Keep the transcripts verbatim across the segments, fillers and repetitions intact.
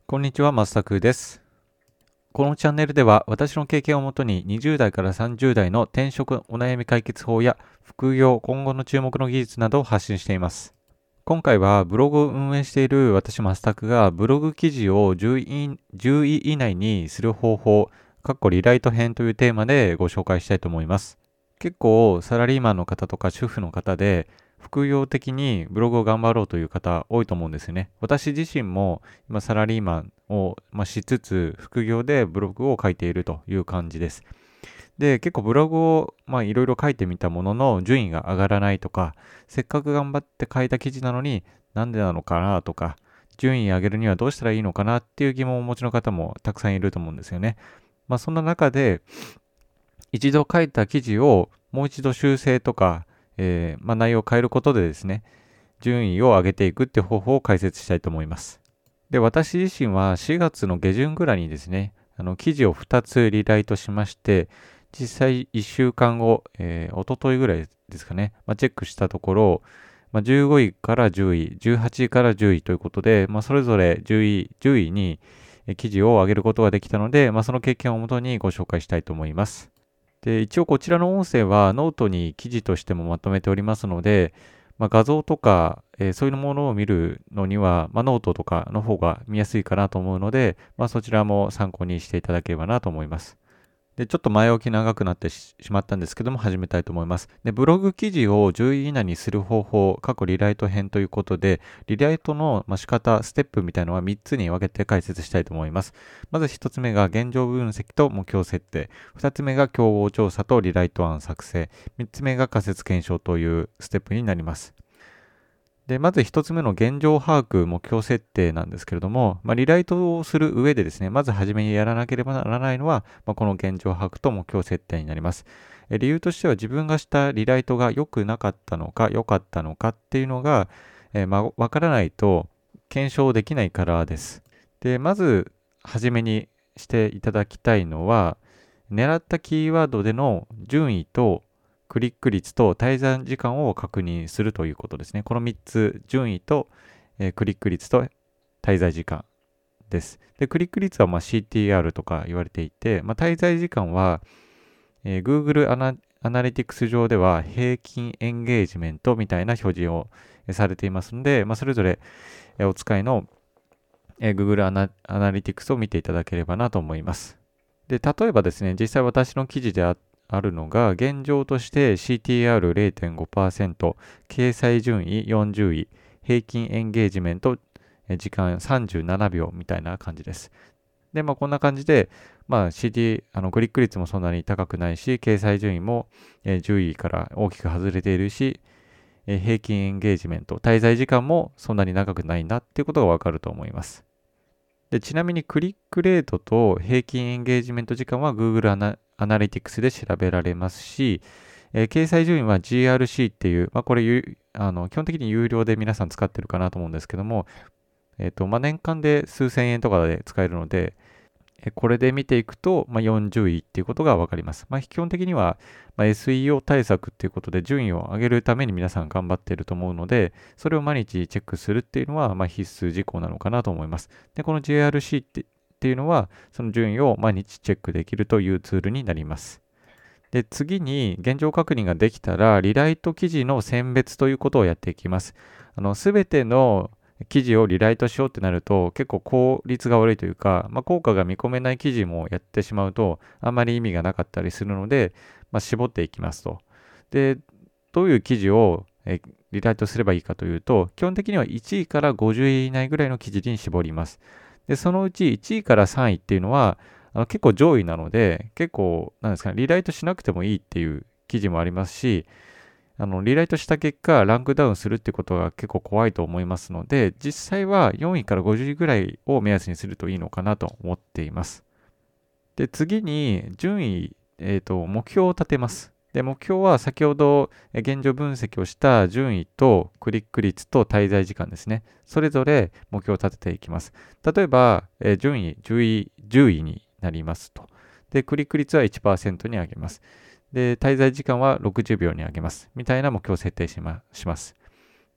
こんにちは、まさくです。このチャンネルでは私の経験をもとににじゅう代からさんじゅう代の転職お悩み解決法や副業、今後の注目の技術などを発信しています。今回はブログを運営している私マスタクがブログ記事をじゅうい、じゅうい以内にする方法、かっこリライト編というテーマでご紹介したいと思います。結構サラリーマンの方とか主婦の方で副業的にブログを頑張ろうという方多いと思うんですよね。私自身も今サラリーマンを、まあ、しつつ副業でブログを書いているという感じです。で、結構ブログをまあいろいろ書いてみたものの順位が上がらないとか、せっかく頑張って書いた記事なのになんでなのかなとか、順位上げるにはどうしたらいいのかなっていう疑問をお持ちの方もたくさんいると思うんですよね。まあそんな中で一度書いた記事をもう一度修正とか、えーまあ、内容を変えることでですね、順位を上げていくっていう方法を解説したいと思います。で、私自身はしがつの下旬ぐらいにですね、あの記事をふたつリライトしまして、実際いっしゅうかんご、えー、一昨日ぐらいですかね、まあ、チェックしたところ、まあ、じゅうごいからじゅうい、じゅうはちいからじゅういということで、まあ、それぞれじゅうい、じゅういに記事を上げることができたので、まあ、その経験をもとにご紹介したいと思います。で、一応こちらの音声はノートに記事としてもまとめておりますので、まあ、画像とか、えーそういうものを見るのには、まあ、ノートとかの方が見やすいかなと思うので、まあ、そちらも参考にしていただければなと思います。で、ちょっと前置き長くなってしまったんですけども、始めたいと思います。で、ブログ記事をじゅうい以内にする方法、過去リライト編ということで、リライトの仕方、ステップみたいなのはみっつに分けて解説したいと思います。まずひとつめが現状分析と目標設定。ふたつめが競合調査とリライト案作成。みっつめが仮説検証というステップになります。で、まず一つ目の現状把握、目標設定なんですけれども、まあ、リライトをする上でですね、まずはじめにやらなければならないのは、まあ、この現状把握と目標設定になります。え理由としては自分がしたリライトが良くなかったのか、良かったのかっていうのが、えーまあ、わからないと検証できないからです。で、まず、はじめにしていただきたいのは、狙ったキーワードでの順位とクリック率と滞在時間を確認するということですね。このみっつ、順位と、えークリック率と滞在時間です。で、クリック率はまあ シーティーアール とか言われていて、まあ、滞在時間は、えー Google アナアナリティクス上では平均エンゲージメントみたいな表示をされていますので、まあ、それぞれお使いの、えー Google アナアナリティクスを見ていただければなと思います。で、例えばですね、実際私の記事でああるのが、現状として シーティーアールれいてんごパーセント、掲載順位よんじゅうい、平均エンゲージメント時間さんじゅうななびょうみたいな感じです。で、まあこんな感じで、まあ シーティー、あのクリック率もそんなに高くないし、掲載順位もじゅういから大きく外れているし、平均エンゲージメント、滞在時間もそんなに長くないんだっていうことがわかると思います。で、ちなみにクリックレートと平均エンゲージメント時間は Google アナアナリティクスで調べられますし、えー掲載順位は ジーアールシー っていう、まあ、これあの基本的に有料で皆さん使ってるかなと思うんですけども、えっ、と、まあ、年間で数千円とかで使えるので、これで見ていくと、まあ、よんじゅういっていうことが分かります。まあ、基本的には、まあ、エスイーオー 対策っていうことで順位を上げるために皆さん頑張っていると思うので、それを毎日チェックするっていうのは、まあ、必須事項なのかなと思います。で、この ジェイアールシー ってっていうのは、その順位を毎日チェックできるというツールになります。で、次に現状確認ができたら、リライト記事の選別ということをやっていきます。あの、すべての記事をリライトしようってなると結構効率が悪いというか、まあ、効果が見込めない記事もやってしまうとあまり意味がなかったりするので、まあ、絞っていきますと。で、どういう記事をえリライトすればいいかというと、基本的にはいちいからごじゅうい以内ぐらいの記事に絞ります。で、そのうちいちいからさんいっていうのはあの結構上位なので、結構、なんですかね、リライトしなくてもいいっていう記事もありますし、あの、リライトした結果、ランクダウンするってことが結構怖いと思いますので、実際はよんいからごじゅういぐらいを目安にするといいのかなと思っています。で、次に、順位、えっ、と、目標を立てます。で、目標は先ほど現状分析をした順位とクリック率と滞在時間ですね。それぞれ目標を立てていきます。例えば、えー順位じゅうい、じゅういになりますと。で、クリック率はいちパーセントに上げます。で、滞在時間はろくじゅうびょうに上げます。みたいな目標を設定しまします。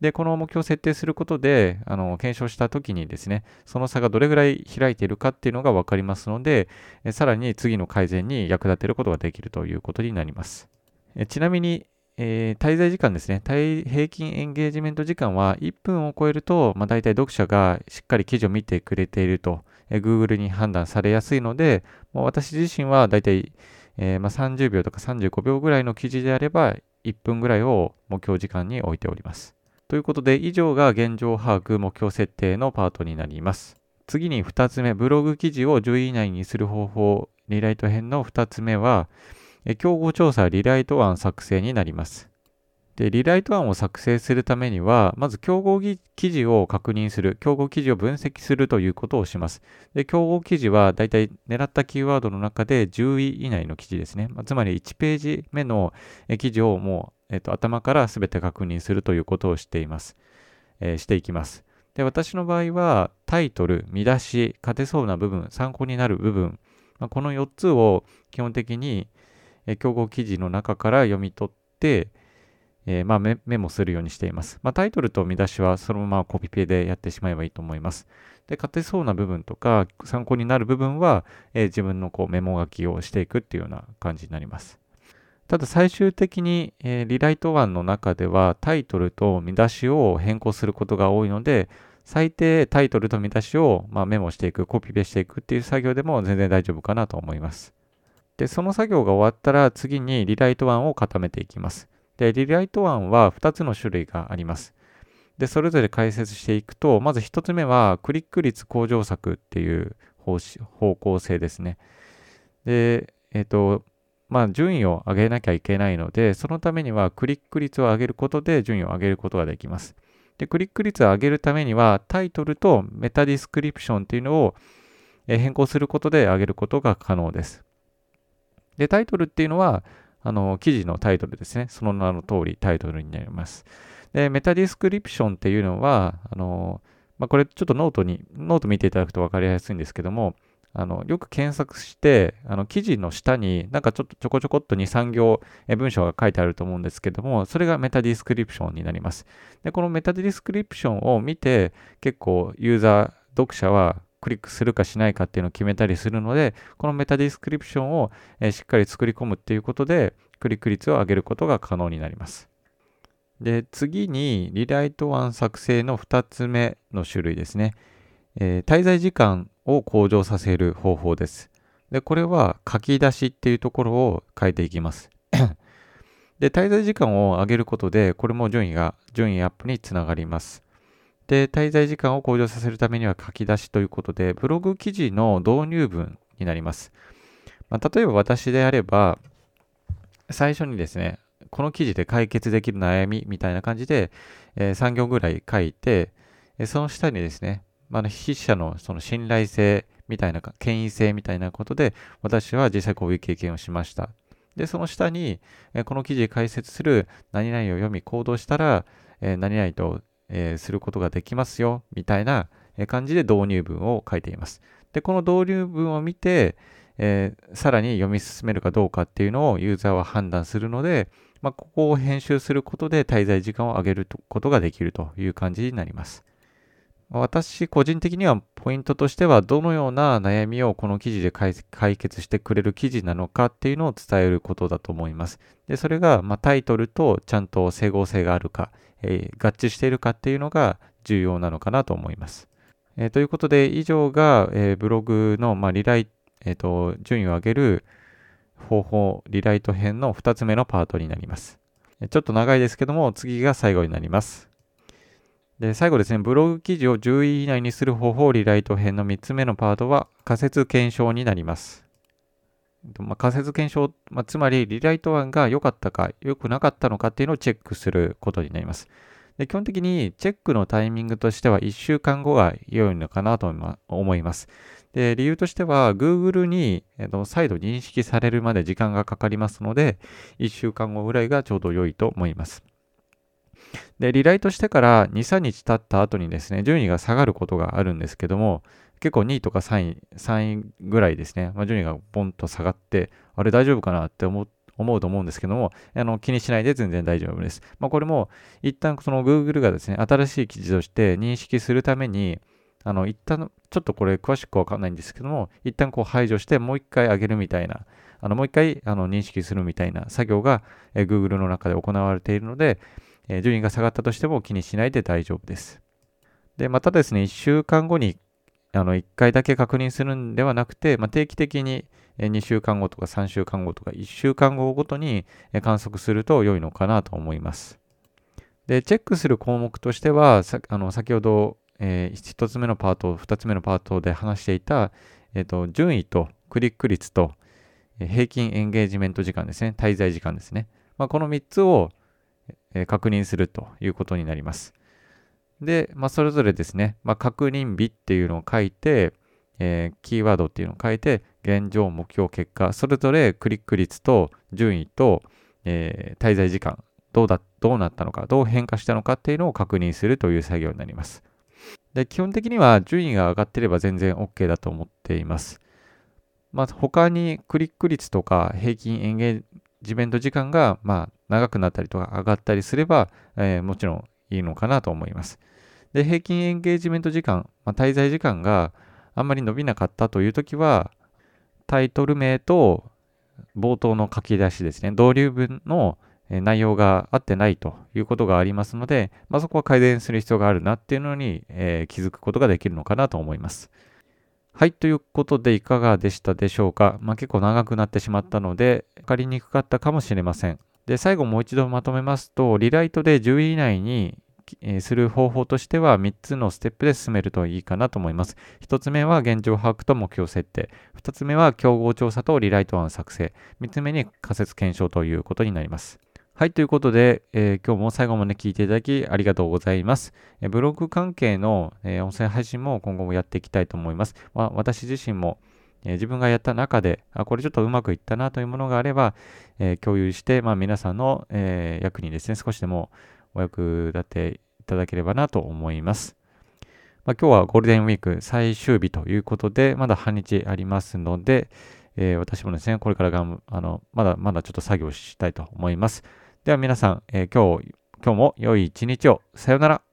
で、この目標を設定することで、あの、検証したときにですね、その差がどれぐらい開いているかっていうのが分かりますので、えさらに次の改善に役立てることができるということになります。えちなみに、えー滞在時間ですね、対平均エンゲージメント時間はいっぷんを超えると、まあ、大体読者がしっかり記事を見てくれていると、えー Google に判断されやすいので、もう私自身は大体、えーまあ、さんじゅうびょうとかさんじゅうごびょうぐらいの記事であれば、いっぷんぐらいを目標時間に置いております。ということで、以上が現状把握目標設定のパートになります。次にふたつめ、ブログ記事をじゅうい以内にする方法、リライト編のふたつめは、え競合調査リライト案作成になります。で、リライト案を作成するためには、まず競合記事を確認する、競合記事を分析するということをします。で、競合記事はだいたい狙ったキーワードの中でじゅうい以内の記事ですね。まあ、つまりいちページ目のえ記事をもう、えっと、頭からすべて確認するということをしています。えーしていきます。で、私の場合はタイトル、見出し、勝てそうな部分、参考になる部分、まあ、このよっつを基本的にえー競合記事の中から読み取って、えーまあメ、メモするようにしています。まあ、タイトルと見出しはそのままコピペでやってしまえばいいと思います。で、勝てそうな部分とか参考になる部分は、えー自分のこうメモ書きをしていくっていうような感じになります。ただ最終的に、えーリライト案の中ではタイトルと見出しを変更することが多いので、最低タイトルと見出しを、まあ、メモしていく、コピペしていくっていう作業でも全然大丈夫かなと思います。で、その作業が終わったら次にリライト案を固めていきます。で、リライト案はふたつの種類があります。で、それぞれ解説していくと、まずひとつめはクリック率向上策っていう方方向性ですね。で、えっ、と、まあ、順位を上げなきゃいけないので、そのためにはクリック率を上げることで順位を上げることができます。で、クリック率を上げるためには、タイトルとメタディスクリプションっていうのをえー変更することで上げることが可能です。で、タイトルっていうのは、あの、記事のタイトルですね。その名の通りタイトルになります。で、メタディスクリプションっていうのは、あの、まあ、これちょっとノートに、ノート見ていただくと分かりやすいんですけども、あの、よく検索して、あの、記事の下になんかちょっとちょこちょこっとに、さん行え文章が書いてあると思うんですけども、それがメタディスクリプションになります。で、このメタディスクリプションを見て、結構ユーザー、読者はクリックするかしないかっていうのを決めたりするので、このメタディスクリプションをえーしっかり作り込むっていうことで、クリック率を上げることが可能になります。で、次に、リライト案作成のふたつめの種類ですね。えー滞在時間を向上させる方法です。で、これは書き出しっていうところを変えていきます。で、滞在時間を上げることで、これも順位が、順位アップにつながります。で、滞在時間を向上させるためには書き出しということで、ブログ記事の導入文になります。まあ、例えば私であれば、最初にですね、この記事で解決できる悩みみたいな感じで、えーさん行ぐらい書いて、えーその下にですね、まあ、筆者のその信頼性みたいなか、権威性みたいなことで、私は実際こういう経験をしました。で、その下に、えーこの記事で解説する何々を読み行動したら、えー何々と、えーすることができますよ、みたいなえー感じで導入文を書いています。で、この導入文を見て、えーさらに読み進めるかどうかっていうのをユーザーは判断するので、まあ、ここを編集することで滞在時間を上げることができるという感じになります。私個人的にはポイントとしてはどのような悩みをこの記事で解決してくれる記事なのかっていうのを伝えることだと思います。で、それがまあタイトルとちゃんと整合性があるか、えー合致しているかっていうのが重要なのかなと思います。えーということで以上が、えーブログの、まあ、リライ、えーと順位を上げる方法、リライト編のふたつめのパートになります。ちょっと長いですけども、次が最後になります。で、最後ですね、ブログ記事をじゅうい以内にする方法、リライト編のみっつめのパートは仮説検証になります。まあ、仮説検証、まあ、つまりリライト案が良かったか良くなかったのかっていうのをチェックすることになります。で、基本的にチェックのタイミングとしてはいっしゅうかんごが良いのかなと思います。で、理由としては Google に、えっと、再度認識されるまで時間がかかりますので、いっしゅうかんごぐらいがちょうど良いと思います。で、リライトしてからに、さんにち経った後にですね、順位が下がることがあるんですけども、結構にいとかさんい、さんいぐらいですね、まあ、順位がボンと下がって、あれ大丈夫かなって思思うと思うんですけども、あの気にしないで全然大丈夫です。まあ、これも一旦その Google がですね、新しい記事として認識するために、あの一旦ちょっとこれ詳しくわかんないんですけども、一旦こう排除してもう一回上げるみたいな、あのもう一回あの認識するみたいな作業が、えー Google の中で行われているので、えー順位が下がったとしても気にしないで大丈夫です。で、またですね、いっしゅうかんごにあのいっかいだけ確認するんではなくて、まあ、定期的ににしゅうかんごとかさんしゅうかんごとかいっしゅうかんごごとに観測すると良いのかなと思います。で、チェックする項目としては、さあの先ほど、えー、ひとつめのパート、ふたつめのパートで話していた、えーと、順位とクリック率とえー平均エンゲージメント時間ですね、滞在時間ですね。まあ、このみっつを、えー確認するということになります。で、まあ、それぞれですね、まあ、確認日っていうのを書いて、えーキーワードっていうのを書いて、現状、目標、結果、それぞれクリック率と順位と、えー滞在時間、どうだ、どうなったのか、どう変化したのかっていうのを確認するという作業になります。で、基本的には順位が上がっていれば全然 OK だと思っています。まあ、他にクリック率とか平均エンゲージメント時間が、まあ、長くなったりとか上がったりすれば、えーもちろんいいのかなと思います。で、平均エンゲージメント時間、まあ、滞在時間があんまり伸びなかったというときは、タイトル名と冒頭の書き出しですね、導入文の内容が合ってないということがありますので、まあ、そこは改善する必要があるなっていうのに、えー気づくことができるのかなと思います。はい、ということでいかがでしたでしょうか。まあ、結構長くなってしまったので、分かりにくかったかもしれません。で、最後もう一度まとめますと、リライトでじゅうい以内にえーする方法としてはみっつのステップで進めるといいかなと思います。ひとつめは現状把握と目標設定。ふたつめは競合調査とリライト案作成。みっつめに仮説検証ということになります。はい、ということで、えー今日も最後まで聞いていただきありがとうございます。えーブログ関係の、えー音声配信も今後もやっていきたいと思います。まあ、私自身も、えー自分がやった中で、あ、これちょっとうまくいったなというものがあれば、えー共有して、まあ、皆さんの、えー役にですね、少しでもお役立ていただければなと思います。まあ、今日はゴールデンウィーク最終日ということで、まだ半日ありますので、えー私もですね、これからがんあのまだまだちょっと作業したいと思います。では皆さん、えー今日、今日も良い一日を。さようなら。